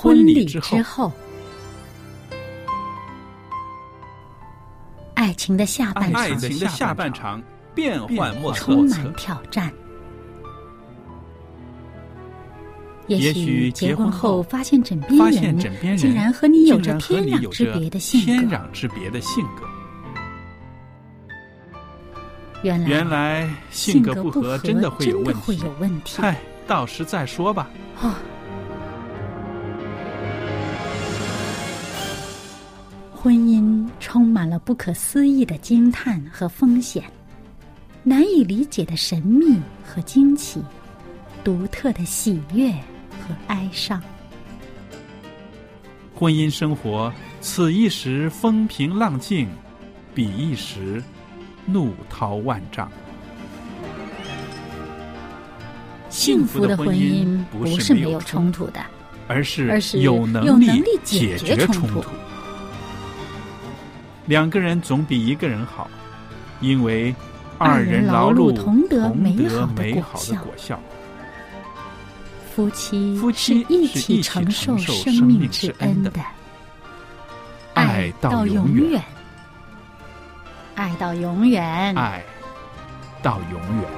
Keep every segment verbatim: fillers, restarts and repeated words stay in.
婚礼之后。爱情的下半场， 爱情的下半场变幻莫测， 充满挑战。也许结婚后发现枕边人竟然和你有着天壤之别的性格。 天壤之别的性格。 原来原来性格不合真的会有问题。 问题嗨，到时再说吧。 哦，婚姻充满了不可思议的惊叹和风险，难以理解的神秘和惊奇，独特的喜悦和哀伤。 婚姻生活，此一时风平浪静，彼一时怒涛万丈。 幸福的婚姻不是没有冲突的， 而是而是有能力解决冲突。两个人总比一个人好，因为二人劳碌同得美好的果效。 夫妻夫妻是一起承受生命之恩的，爱到永远，爱到永远， 爱到永远。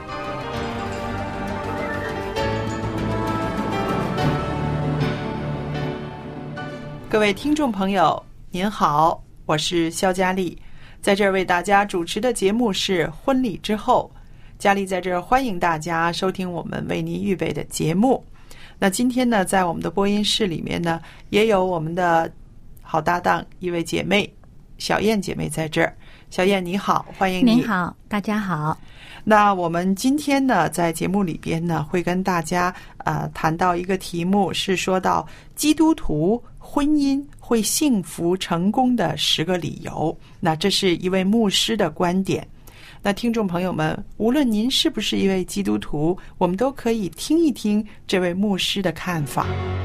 各位听众朋友，您好，我是肖佳丽，在这儿为大家主持的节目是婚礼之后。佳丽在这儿欢迎大家收听我们为您预备的节目。那今天呢，在我们的播音室里面呢，也有我们的好搭档一位姐妹小燕姐妹在这儿。小燕你好，欢迎你。 您好，大家好。 那我们今天呢，在节目里边呢，会跟大家呃谈到一个题目，是说到基督徒婚姻会幸福成功的十个理由。那这是一位牧师的观点。那听众朋友们，无论您是不是一位基督徒，我们都可以听一听这位牧师的看法。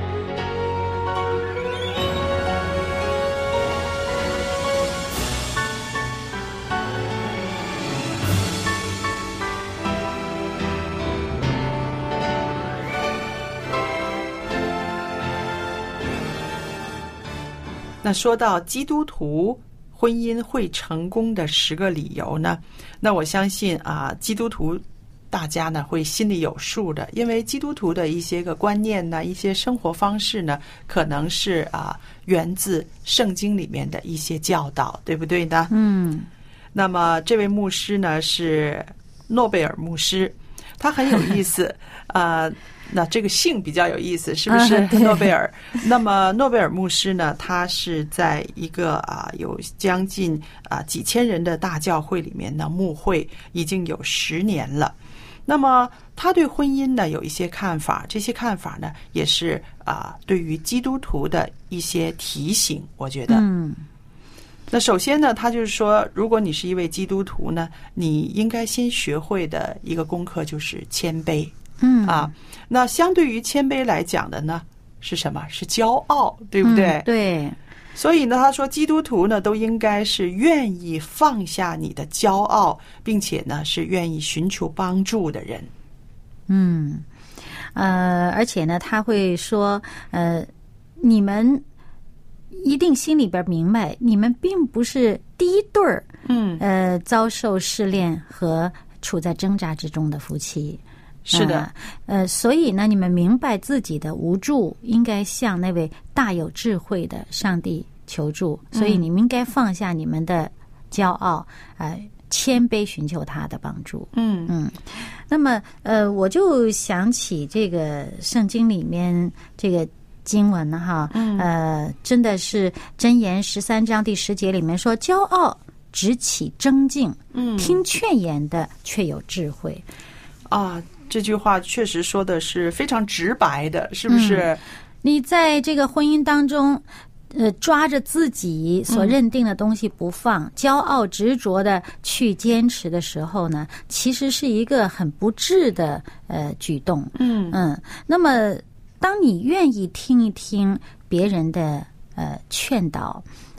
那说到基督徒婚姻会成功的十个理由呢，那我相信啊，基督徒大家呢会心里有数的，因为基督徒的一些个观念呢，一些生活方式呢，可能是啊源自圣经里面的一些教导，对不对呢？ 嗯。 那么这位牧师呢是诺贝尔牧师，他很有意思啊。那这个姓比较有意思，是不是？ 啊、 诺贝尔。那么诺贝尔牧师呢，他是在一个啊有将近啊几千人的大教会里面呢牧会，已经有十年了。那么他对婚姻呢有一些看法，这些看法呢也是啊对于基督徒的一些提醒，我觉得。 嗯。 那首先呢，他就是说，如果你是一位基督徒呢，你应该先学会的一个功课就是谦卑。 嗯啊，那相对于谦卑来讲的呢，是什么？是骄傲，对不对？ 嗯、对。 所以呢，他说基督徒呢都应该是愿意放下你的骄傲，并且呢是愿意寻求帮助的人。 嗯，呃，而且呢，他会说，呃，你们一定心里边明白，你们并不是第一对儿， 嗯， 呃，遭受试炼和处在挣扎之中的夫妻。 是的， 呃，所以呢，你们明白自己的无助，应该向那位大有智慧的上帝求助。所以你们应该放下你们的骄傲，呃，谦卑寻求他的帮助。 嗯嗯。那么，呃，我就想起这个圣经里面这个经文呢，哈， 嗯、 呃，真的是箴言十三章第十节里面说：“骄傲直起争竞， 嗯， 听劝言的却有智慧。” 啊。这句话确实说的是非常直白的，是不是？ 嗯、你在这个婚姻当中，呃，抓着自己所认定的东西不放，嗯、骄傲执着的去坚持的时候呢，其实是一个很不智的呃举动。 嗯嗯。那么，当你愿意听一听别人的呃劝导，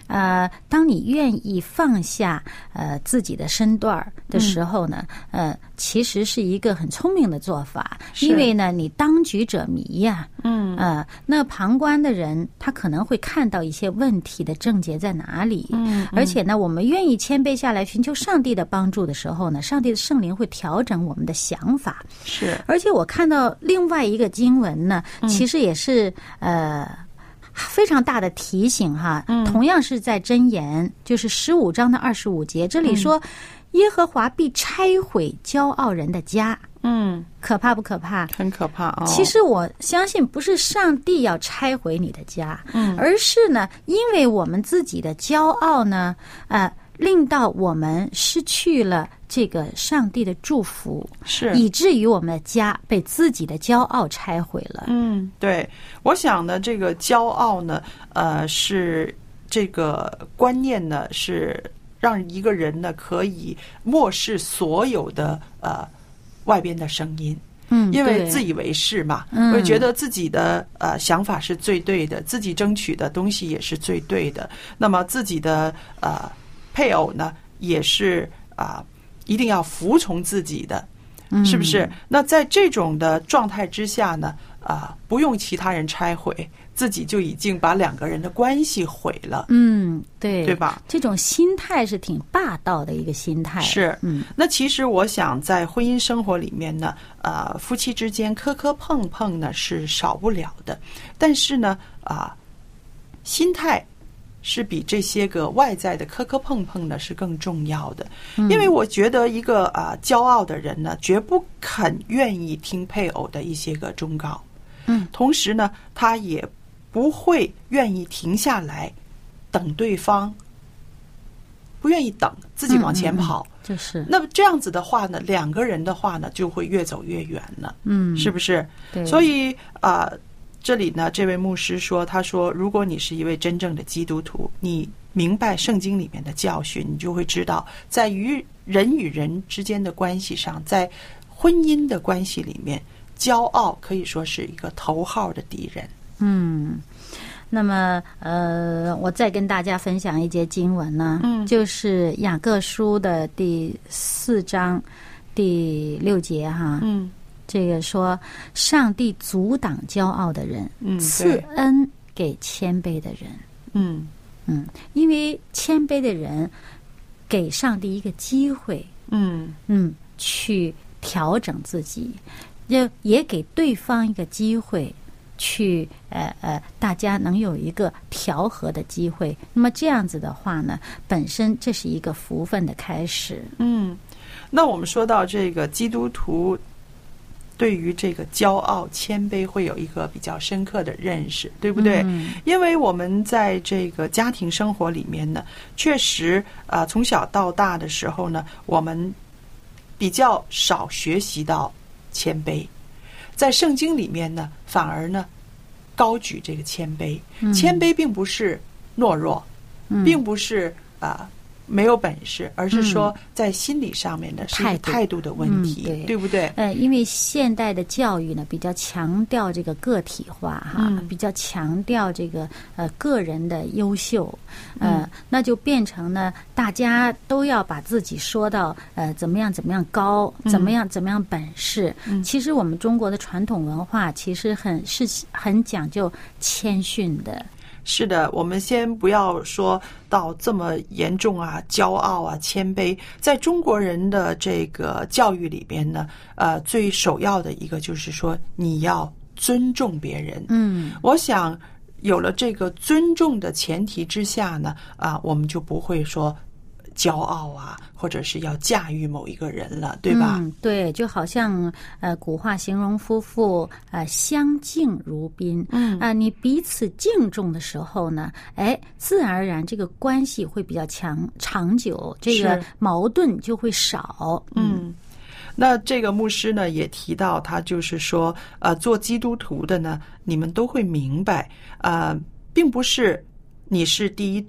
呃，当你愿意放下呃自己的身段的时候呢，嗯、呃，其实是一个很聪明的做法，因为呢，你当局者迷呀、啊，嗯，呃，那旁观的人他可能会看到一些问题的症结在哪里，嗯，嗯而且呢，我们愿意谦卑下来寻求上帝的帮助的时候呢，上帝的圣灵会调整我们的想法， 是， 而且我看到另外一个经文呢，其实也是、嗯、呃。非常大的提醒哈，嗯、同样是在箴言，就是十五章的二十五节，这里说、嗯、耶和华必拆毁骄傲人的家。嗯，可怕不可怕？ 很可怕哦。 其实我相信不是上帝要拆毁你的家，嗯，而是呢，因为我们自己的骄傲呢，呃，令到我们失去了这个上帝的祝福， 是以至于我们的家被自己的骄傲拆毁了。 嗯，对，我想呢，这个骄傲呢，呃，是这个观念呢，是让一个人呢可以漠视所有的呃外边的声音。嗯，因为自以为是嘛，嗯，会觉得自己的呃想法是最对的，自己争取的东西也是最对的。那么自己的呃配偶呢，也是啊。呃一定要服从自己的，是不是？嗯、那在这种的状态之下呢，啊、呃，不用其他人拆毁，自己就已经把两个人的关系毁了。 嗯，对， 对吧？ 这种心态是挺霸道的一个心态。 是，嗯。那其实我想，在婚姻生活里面呢，呃，夫妻之间磕磕碰碰呢是少不了的，但是呢，啊、呃，心态。是比这些个外在的磕磕碰碰呢是更重要的，因为我觉得一个啊、呃、骄傲的人呢，绝不肯愿意听配偶的一些个忠告，嗯，同时呢，他也不会愿意停下来等对方，不愿意等，自己往前跑， 嗯嗯、就是。 那么这样子的话呢，两个人的话呢，就会越走越远了，嗯，是不是？ 对。 所以啊。呃这里呢，这位牧师说，他说，如果你是一位真正的基督徒，你明白圣经里面的教训，你就会知道，在于人与人之间的关系上，在婚姻的关系里面，骄傲可以说是一个头号的敌人。 嗯，那么呃，我再跟大家分享一节经文呢，嗯，就是雅各书的第四章第六节哈，嗯。这个说，上帝阻挡骄傲的人，嗯，赐恩给谦卑的人。嗯嗯，因为谦卑的人给上帝一个机会，嗯嗯，去调整自己，也也给对方一个机会，去呃呃，大家能有一个调和的机会。那么这样子的话呢，本身这是一个福分的开始。 嗯，那我们说到这个基督徒。对于这个骄傲谦卑会有一个比较深刻的认识，对不对？嗯、因为我们在这个家庭生活里面呢，确实啊、呃，从小到大的时候呢，我们比较少学习到谦卑，在圣经里面呢，反而呢高举这个谦卑。嗯、谦卑并不是懦弱，嗯、并不是啊。呃没有本事，而是说在心理上面的是一个态度的问题，嗯、对, 对不对？ 呃，因为现代的教育呢，比较强调这个个体化哈，嗯、比较强调这个呃个人的优秀，呃，嗯、那就变成呢，大家都要把自己说到呃怎么样怎么样高，怎么样怎么样本事。嗯、其实我们中国的传统文化其实很是很讲究谦逊的。 是的，我们先不要说到这么严重啊，骄傲啊，谦卑，在中国人的这个教育里边呢，呃，最首要的一个就是说你要尊重别人。嗯，我想有了这个尊重的前提之下呢，啊、呃，我们就不会说骄傲啊，或者是要驾驭某一个人了，对吧？ 嗯，对，就好像呃，古话形容夫妇呃相敬如宾，嗯啊、呃，你彼此敬重的时候呢，哎，自然而然这个关系会比较强长久，这个矛盾就会少。嗯， 嗯那这个牧师呢也提到，他就是说，呃，做基督徒的呢，你们都会明白，呃，并不是你是第一对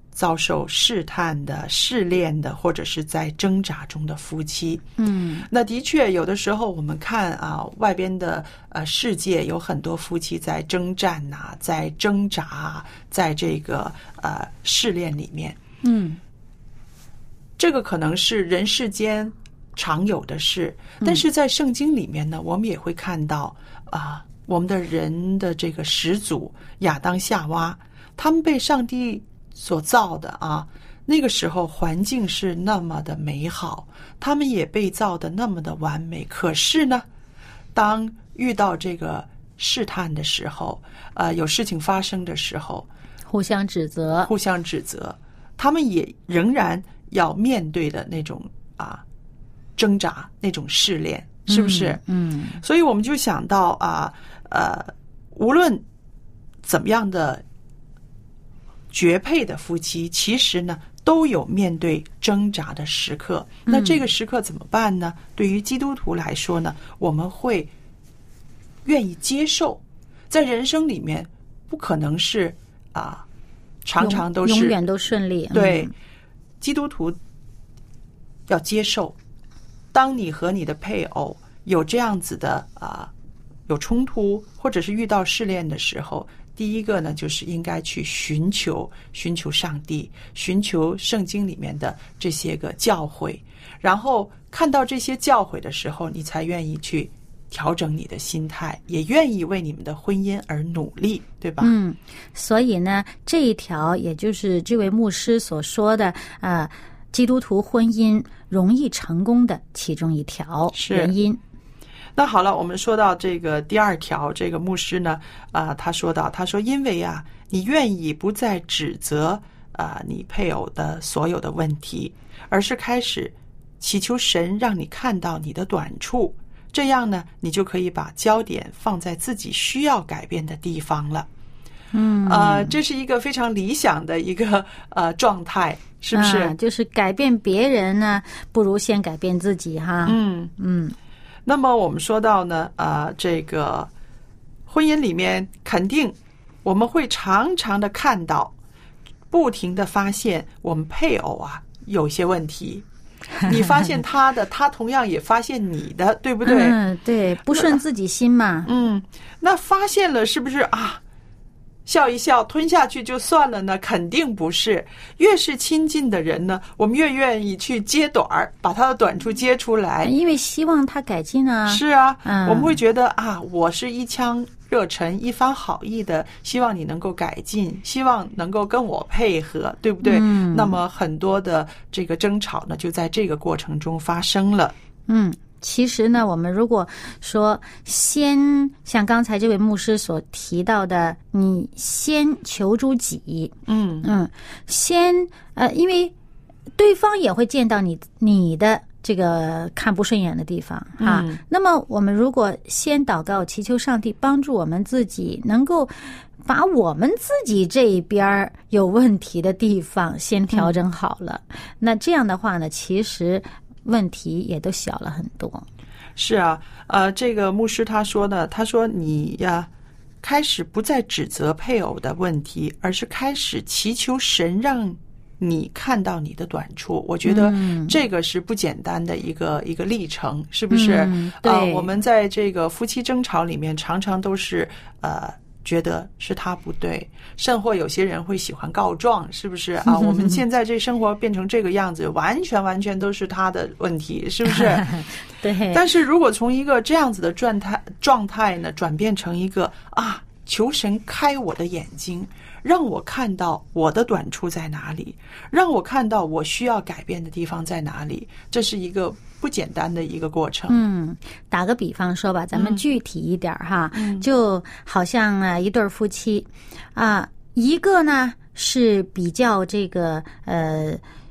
遭受试探的、试炼的，或者是在挣扎中的夫妻。 嗯， 那的确有的时候我们看啊，外边的呃世界有很多夫妻在征战呐、啊，在挣扎、啊，在这个呃试炼里面。 嗯， 这个可能是人世间常有的事，但是在圣经里面呢，我们也会看到啊，我们的人的这个始祖亚当夏娃，他们被上帝所造的啊，那个时候环境是那么的美好，他们也被造的那么的完美。可是呢，当遇到这个试探的时候，呃，有事情发生的时候， 互相指责， 互相指责，他们也仍然要面对的那种啊挣扎，那种试炼，是不是？ 嗯，嗯， 所以我们就想到啊，呃，无论怎么样的绝配的夫妻，其实呢都有面对挣扎的时刻。那这个时刻怎么办呢？嗯、对于基督徒来说呢，我们会愿意接受，在人生里面不可能是啊，常常都是永远都顺利。 对， 嗯、 基督徒要接受，当你和你的配偶有这样子的啊有冲突，或者是遇到试炼的时候，第一个呢，就是应该去寻求寻求上帝，寻求圣经里面的这些个教诲，然后看到这些教诲的时候，你才愿意去调整你的心态，也愿意为你们的婚姻而努力，对吧？ 嗯，所以呢，这一条也就是这位牧师所说的啊、呃，基督徒婚姻容易成功的其中一条原因。 那好了，我们说到这个第二条，这个牧师呢，啊、呃，他说到，他说，因为啊，你愿意不再指责啊、呃、你配偶的所有的问题，而是开始祈求神让你看到你的短处，这样呢，你就可以把焦点放在自己需要改变的地方了。 嗯， 呃，这是一个非常理想的一个呃状态，是不是？ 啊、就是改变别人呢，不如先改变自己哈。 嗯嗯。 那么我们说到呢，呃，这个婚姻里面肯定我们会常常的看到，不停的发现我们配偶啊有些问题，你发现他的，他同样也发现你的，对不对？ 嗯，对，不顺自己心嘛。 嗯，那发现了是不是啊？笑一笑吞下去就算了呢？肯定不是。越是亲近的人呢，我们越愿意去揭短儿，把他的短处揭出来， 因为希望他改进啊。 是啊， 嗯、 我们会觉得啊，我是一腔热忱、一番好意的，希望你能够改进，希望能够跟我配合，对不对？ 嗯、 那么很多的这个争吵呢，就在这个过程中发生了。 嗯。其实呢，我们如果说先像刚才这位牧师所提到的，你先求诸己， 嗯嗯，先呃，因为对方也会见到你你的这个看不顺眼的地方啊。 嗯、 那么我们如果先祷告，祈求上帝帮助我们自己，能够把我们自己这一边有问题的地方先调整好了，嗯、那这样的话呢，其实问题也都小了很多。 是啊，呃，这个牧师他说呢，他说你呀，开始不再指责配偶的问题，而是开始祈求神让你看到你的短处。我觉得这个是不简单的一个、嗯、一个历程，是不是？ 嗯、对、 呃，我们在这个夫妻争吵里面，常常都是呃。觉得是他不对，甚或有些人会喜欢告状，是不是啊？我们现在这生活变成这个样子，完全完全都是他的问题，是不是？ 对。 但是如果从一个这样子的状态状态呢，转变成一个啊，求神开我的眼睛，让我看到我的短处在哪里，让我看到我需要改变的地方在哪里，这是一个不简单的一个过程。 嗯，打个比方说吧，咱们具体一点哈， 嗯、 就好像啊一对夫妻啊，一个呢是比较这个呃。比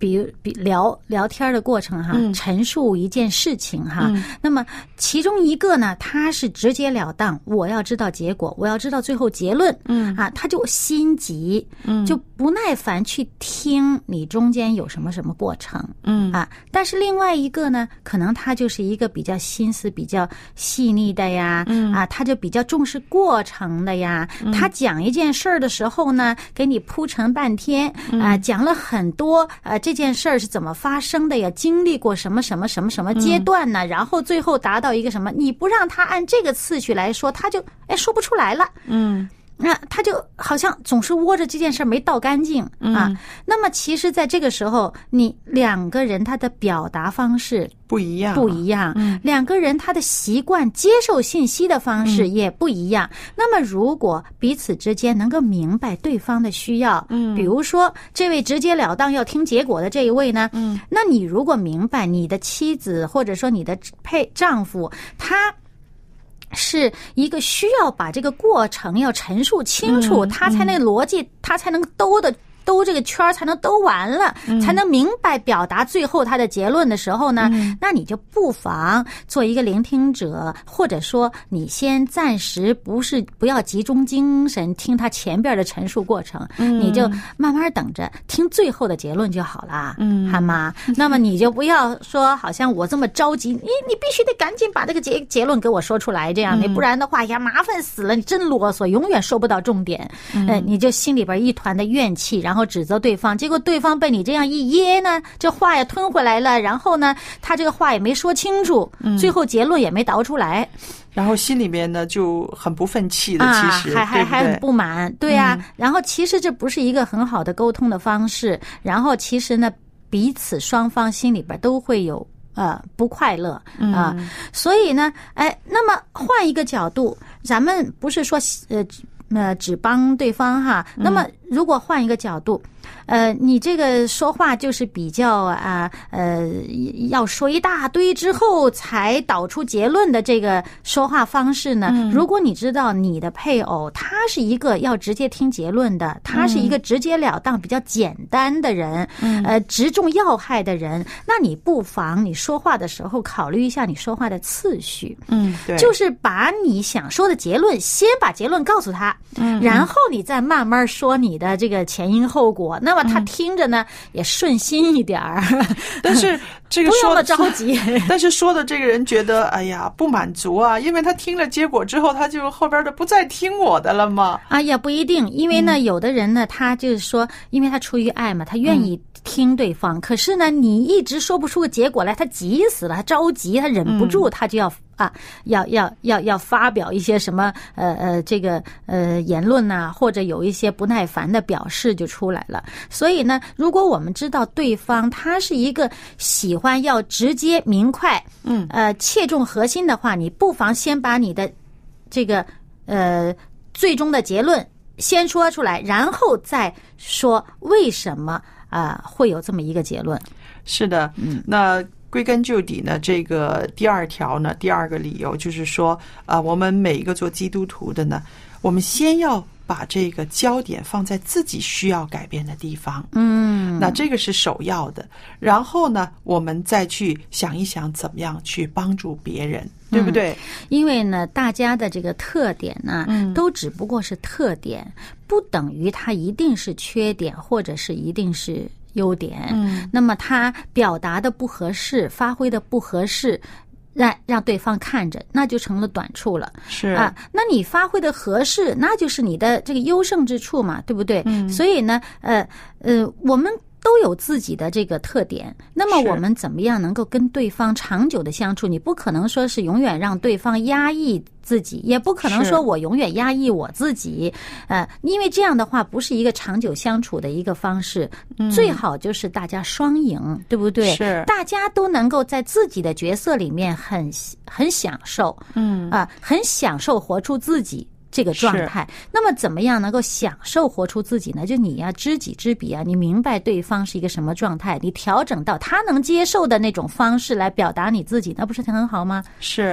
比如比聊聊天的过程哈， 嗯、 陈述一件事情哈、 嗯， 那么其中一个呢，他是直截了当，我要知道结果，我要知道最后结论， 嗯啊，他就心急， 嗯， 就不耐烦去听你中间有什么什么过程， 嗯啊，但是另外一个呢，可能他就是一个比较心思比较细腻的呀， 嗯啊，他就比较重视过程的呀，嗯、他讲一件事儿的时候呢，给你铺陈半天，啊，讲了很多，呃，这件事儿是怎么发生的呀？经历过什么什么什么什么阶段呢？嗯、然后最后达到一个什么？你不让他按这个次序来说，他就哎说不出来了。 嗯。 那他就好像总是窝着这件事没倒干净啊。 嗯、 那么其实在这个时候，你两个人他的表达方式不一样， 不一样。 嗯、 两个人他的习惯接受信息的方式也不一样。嗯、那么如果彼此之间能够明白对方的需要，嗯，比如说这位直截了当要听结果的这一位呢，嗯，那你如果明白你的妻子或者说你的配丈夫他是一个需要把这个过程要陈述清楚， 嗯、 他才那逻辑，嗯、他才能兜的兜这个圈才能兜完了，嗯、才能明白表达最后他的结论的时候呢，嗯、那你就不妨做一个聆听者，或者说你先暂时不是不要集中精神听他前边的陈述过程，嗯、你就慢慢等着听最后的结论就好了，嗯，好吗？那么你就不要说好像我这么着急，你你必须得赶紧把这个结结论给我说出来，这样你不然的话呀麻烦死了，你真啰嗦，永远说不到重点，嗯、呃，你就心里边一团的怨气，然后。然后指责对方，结果对方被你这样一噎呢，这话也吞回来了，然后呢，他这个话也没说清楚，嗯、最后结论也没导出来， 然后心里面呢就很不忿气的，其实、 啊、还还还很不满，对啊、 嗯， 然后其实这不是一个很好的沟通的方式，然后其实呢，彼此双方心里边都会有呃不快乐啊、呃，所以呢，哎，那么换一个角度，咱们不是说呃。呃，只帮对方哈。那么，如果换一个角度，呃，你这个说话就是比较啊，呃，要说一大堆之后才导出结论的这个说话方式呢？嗯、如果你知道你的配偶他是一个要直接听结论的，他是一个直截了当、比较简单的人，嗯、呃，直中要害的人，那你不妨你说话的时候考虑一下你说话的次序， 嗯，对， 就是把你想说的结论先把结论告诉他。嗯，然后你再慢慢说你的这个前因后果，那么他听着呢、嗯、也顺心一点儿。 但是这个说不要那么着急。 但是说的这个人觉得哎呀不满足啊，因为他听了结果之后，他就后边的不再听我的了吗？ 啊也不一定，因为呢、嗯、有的人呢他就是说，因为他出于爱嘛，他愿意听对方，嗯、可是呢你一直说不出个结果来，他急死了，他着急，他忍不住，嗯、他就要。啊，要要要要发表一些什么呃呃这个呃言论呐、啊，或者有一些不耐烦的表示就出来了。所以呢，如果我们知道对方他是一个喜欢要直接明快，嗯，呃切中核心的话，你不妨先把你的这个呃最终的结论先说出来，然后再说为什么啊、呃、会有这么一个结论。 是的，嗯，那。归根究底呢，这个第二条呢，第二个理由就是说，啊、呃，我们每一个做基督徒的呢，我们先要把这个焦点放在自己需要改变的地方，嗯，那这个是首要的。然后呢，我们再去想一想，怎么样去帮助别人，对不对？ 嗯、因为呢，大家的这个特点呢，嗯、都只不过是特点，不等于它一定是缺点，或者是一定是。优点，嗯，那么他表达的不合适，发挥的不合适，让让对方看着，那就成了短处了。 是啊，那你发挥的合适，那就是你的这个优胜之处嘛，对不对？嗯，所以呢，呃呃，我们都有自己的这个特点，那么我们怎么样能够跟对方长久的相处？你不可能说是永远让对方压抑自己，也不可能说我永远压抑我自己，呃，因为这样的话不是一个长久相处的一个方式。嗯、最好就是大家双赢，对不对？ 是， 大家都能够在自己的角色里面很很享受，嗯啊、呃，很享受活出自己。这个状态，那么怎么样能够享受活出自己呢？就你呀、啊，知己知彼啊，你明白对方是一个什么状态，你调整到他能接受的那种方式来表达你自己，那不是很好吗？ 是，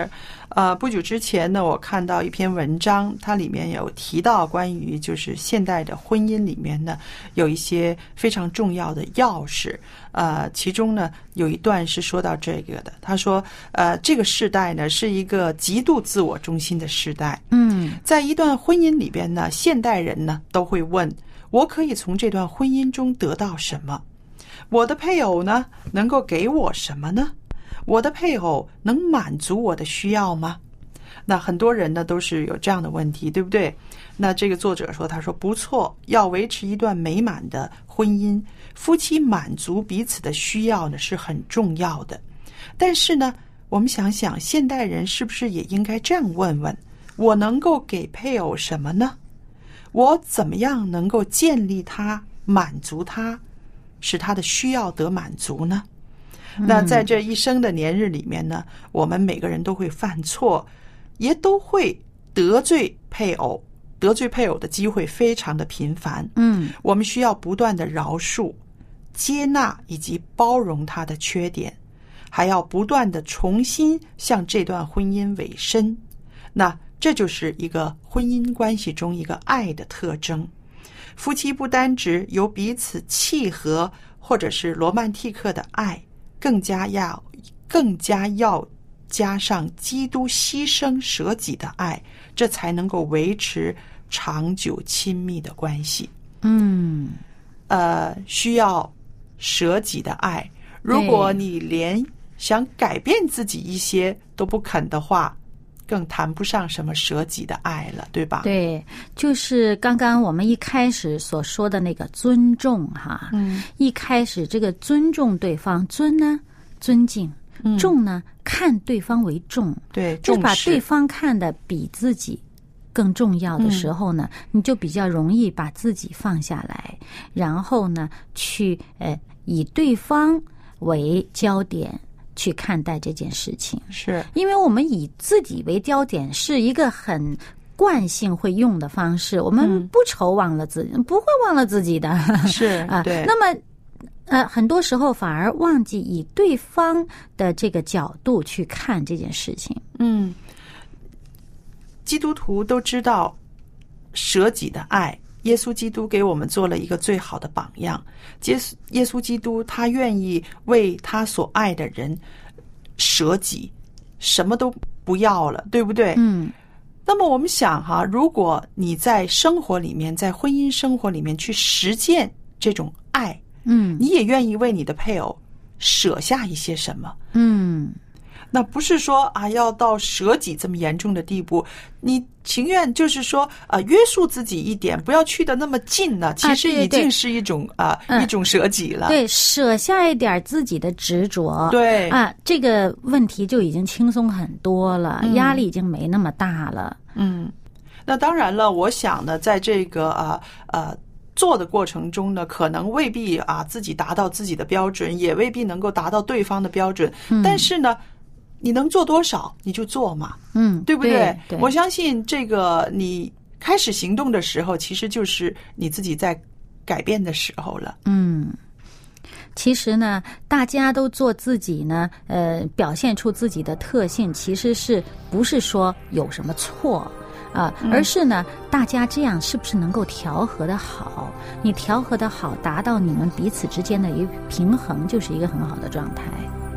呃，不久之前呢，我看到一篇文章，它里面有提到关于就是现代的婚姻里面呢，有一些非常重要的钥匙。呃，其中呢有一段是说到这个的，他说，呃，这个世代呢是一个极度自我中心的世代。 嗯， 在一段婚姻里边呢，现代人呢都会问：我可以从这段婚姻中得到什么？我的配偶呢能够给我什么呢？我的配偶能满足我的需要吗？那很多人呢都是有这样的问题，对不对？那这个作者说，他说不错，要维持一段美满的婚姻，夫妻满足彼此的需要呢是很重要的。但是呢，我们想想，现代人是不是也应该这样问问：我能够给配偶什么呢？我怎么样能够建立他、满足他，使他的需要得满足呢？那在这一生的年日里面呢，我们每个人都会犯错，也都会得罪配偶，得罪配偶的机会非常的频繁。 嗯， 我们需要不断的饶恕、接纳以及包容他的缺点，还要不断的重新向这段婚姻委身。那这就是一个婚姻关系中一个爱的特征。夫妻不单只有彼此契合或者是罗曼蒂克的爱，更加要更加要加上基督牺牲舍己的爱，这才能够维持长久亲密的关系。 嗯， 呃，需要舍己的爱。如果你连想改变自己一些都不肯的话，更谈不上什么舍己的爱了，对吧？ 对，就是刚刚我们一开始所说的那个尊重哈， 嗯， 一开始这个尊重对方，尊呢尊敬， 嗯、 重呢看对方为重， 对， 就把重视对方看得比自己更重要的时候呢，嗯、你就比较容易把自己放下来，然后呢，去呃以对方为焦点去看待这件事情。 是因为我们以自己为焦点是一个很惯性会用的方式，我们不愁忘了自己，嗯、不会忘了自己的。 是啊， 对。 那么呃，很多时候反而忘记以对方的这个角度去看这件事情。 嗯，基督徒都知道舍己的爱，耶稣基督给我们做了一个最好的榜样。耶稣耶稣基督他愿意为他所爱的人舍己，什么都不要了，对不对？ 嗯。 那么我们想哈，如果你在生活里面，在婚姻生活里面去实践这种爱， 嗯， 你也愿意为你的配偶舍下一些什么？ 嗯。 那不是说啊要到舍己这么严重的地步，你情愿就是说啊、呃、约束自己一点，不要去的那么近呢，其实已经是一种啊、 呃嗯、一种舍己了。 对，舍下一点自己的执着， 对啊，这个问题就已经轻松很多了， 嗯、 压力已经没那么大了。 嗯，那当然了，我想呢，在这个啊呃。做的过程中呢，可能未必啊自己达到自己的标准，也未必能够达到对方的标准。 嗯、 但是呢，你能做多少你就做嘛， 嗯， 对不对？ 对对， 我相信这个你开始行动的时候，其实就是你自己在改变的时候了。 嗯，其实呢，大家都做自己呢，呃，表现出自己的特性，其实是不是说有什么错？啊，而是呢，大家这样是不是能够调和的好？你调和的好，达到你们彼此之间的一个平衡，就是一个很好的状态。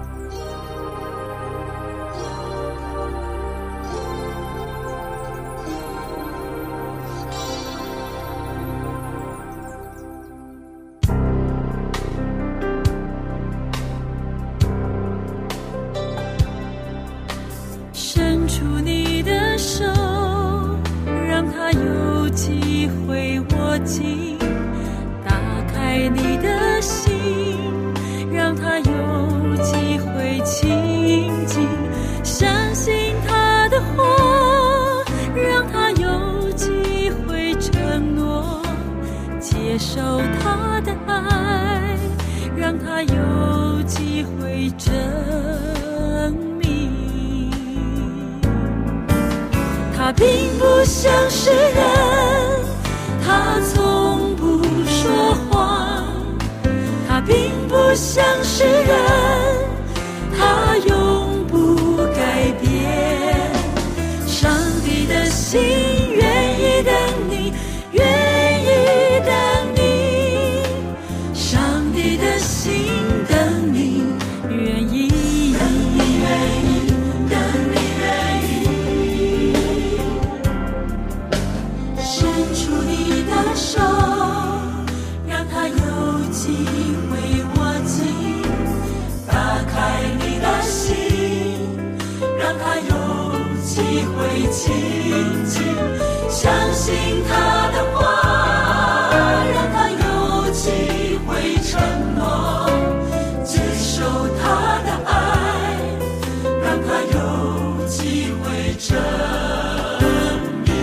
伸出你的手，让他有机会握紧，打开你的心，让他有机会亲近，相信他的话，让他有机会承诺，接受他的爱，让他有机会证明。他并不像是人，他从不说谎，他并不像是人，他永不改变， 心，愿意等你，愿意等你，上帝的心等你，愿意等你，愿意等你，愿意伸出你的手，让它有机会握紧，打开你的心，让它有机会亲近，相信他的话，让他有机会承诺，接受他的爱，让他有机会证明。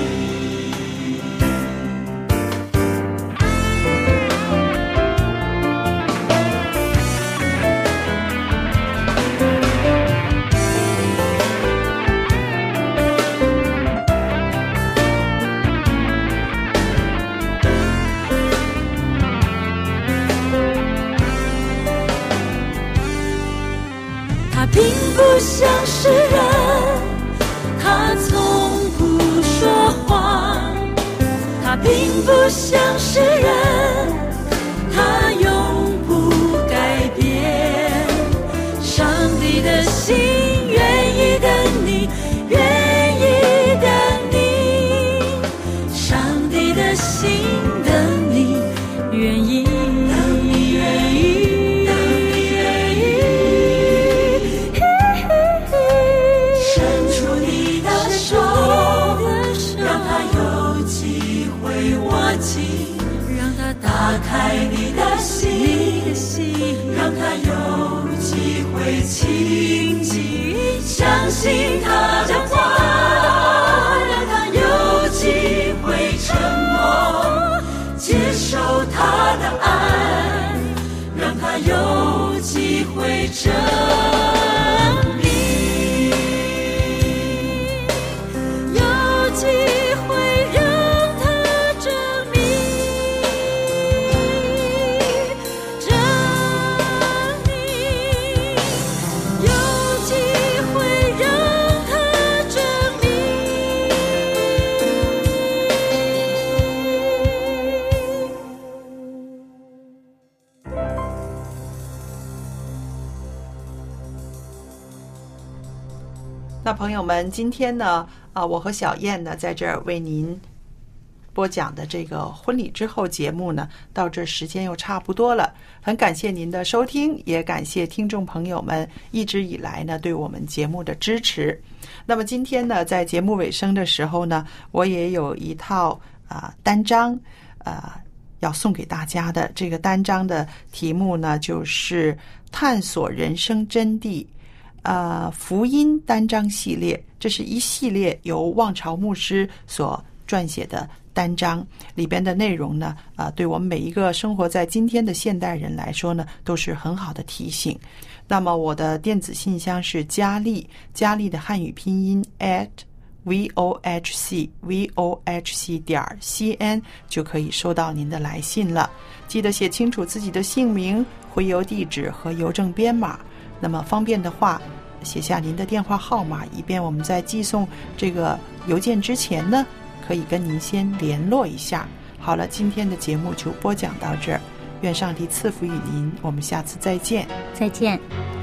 他并不像是人，他从不说谎，他并不像是人，他永不改变。上帝的心愿意等你，愿意等你，上帝的心等你，愿意等你，愿意打开你的心，让他有机会亲近，相信他的话，让他有机会承诺，接受他的爱，让他有机会证明，有机会让他证明。 那朋友们，今天呢，啊，我和小燕呢，在这儿为您播讲的这个婚礼之后节目呢，到这时间又差不多了。很感谢您的收听，也感谢听众朋友们一直以来呢对我们节目的支持。那么今天呢，在节目尾声的时候呢，我也有一套啊单章啊要送给大家的。这个单章的题目呢，就是探索人生真谛。呃，福音单章系列，这是一系列由望潮牧师所撰写的单章，里边的内容呢，啊、呃，对我们每一个生活在今天的现代人来说呢，都是很好的提醒。那么我的电子信箱是佳丽，佳丽的汉语拼音 at vohc vohc 点 cn 就可以收到您的来信了。记得写清楚自己的姓名、回邮地址和邮政编码。那么方便的话，写下您的电话号码，以便我们在寄送这个邮件之前呢，可以跟您先联络一下。好了，今天的节目就播讲到这儿，愿上帝赐福于您，我们下次再见。 再见。